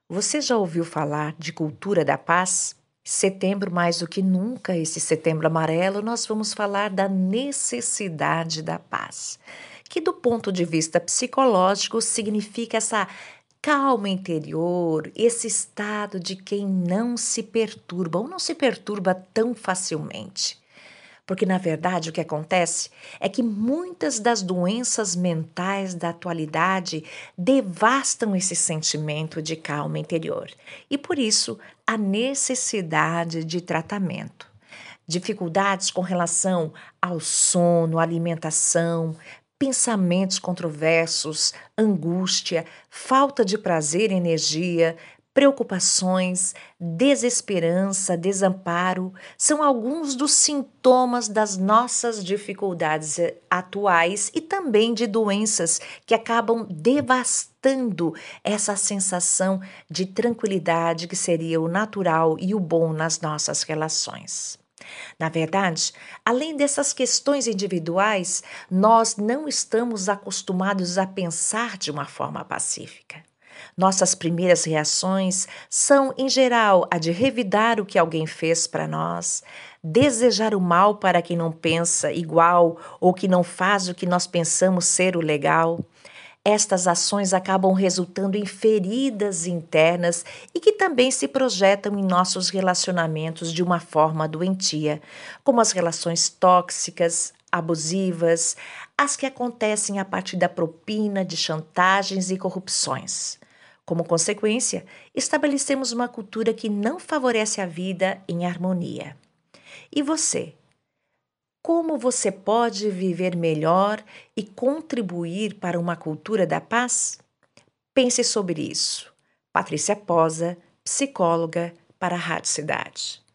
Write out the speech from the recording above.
Você já ouviu falar de cultura da paz? Setembro, mais do que nunca, esse setembro amarelo, nós vamos falar da necessidade da paz, que do ponto de vista psicológico significa essa calma interior, esse estado de quem não se perturba ou não se perturba tão facilmente. Porque, na verdade, o que acontece é que muitas das doenças mentais da atualidade devastam esse sentimento de calma interior. E, por isso, a necessidade de tratamento. Dificuldades com relação ao sono, alimentação, pensamentos controversos, angústia, falta de prazer e energia, preocupações, desesperança, desamparo são alguns dos sintomas das nossas dificuldades atuais e também de doenças que acabam devastando essa sensação de tranquilidade que seria o natural e o bom nas nossas relações. Na verdade, além dessas questões individuais, nós não estamos acostumados a pensar de uma forma pacífica. Nossas primeiras reações são, em geral, a de revidar o que alguém fez para nós, desejar o mal para quem não pensa igual ou que não faz o que nós pensamos ser o legal. Estas ações acabam resultando em feridas internas e que também se projetam em nossos relacionamentos de uma forma doentia, como as relações tóxicas, abusivas, as que acontecem a partir da propina, de chantagens e corrupções. Como consequência, estabelecemos uma cultura que não favorece a vida em harmonia. E você? Como você pode viver melhor e contribuir para uma cultura da paz? Pense sobre isso. Patrícia Posa, psicóloga para a Rádio Cidade.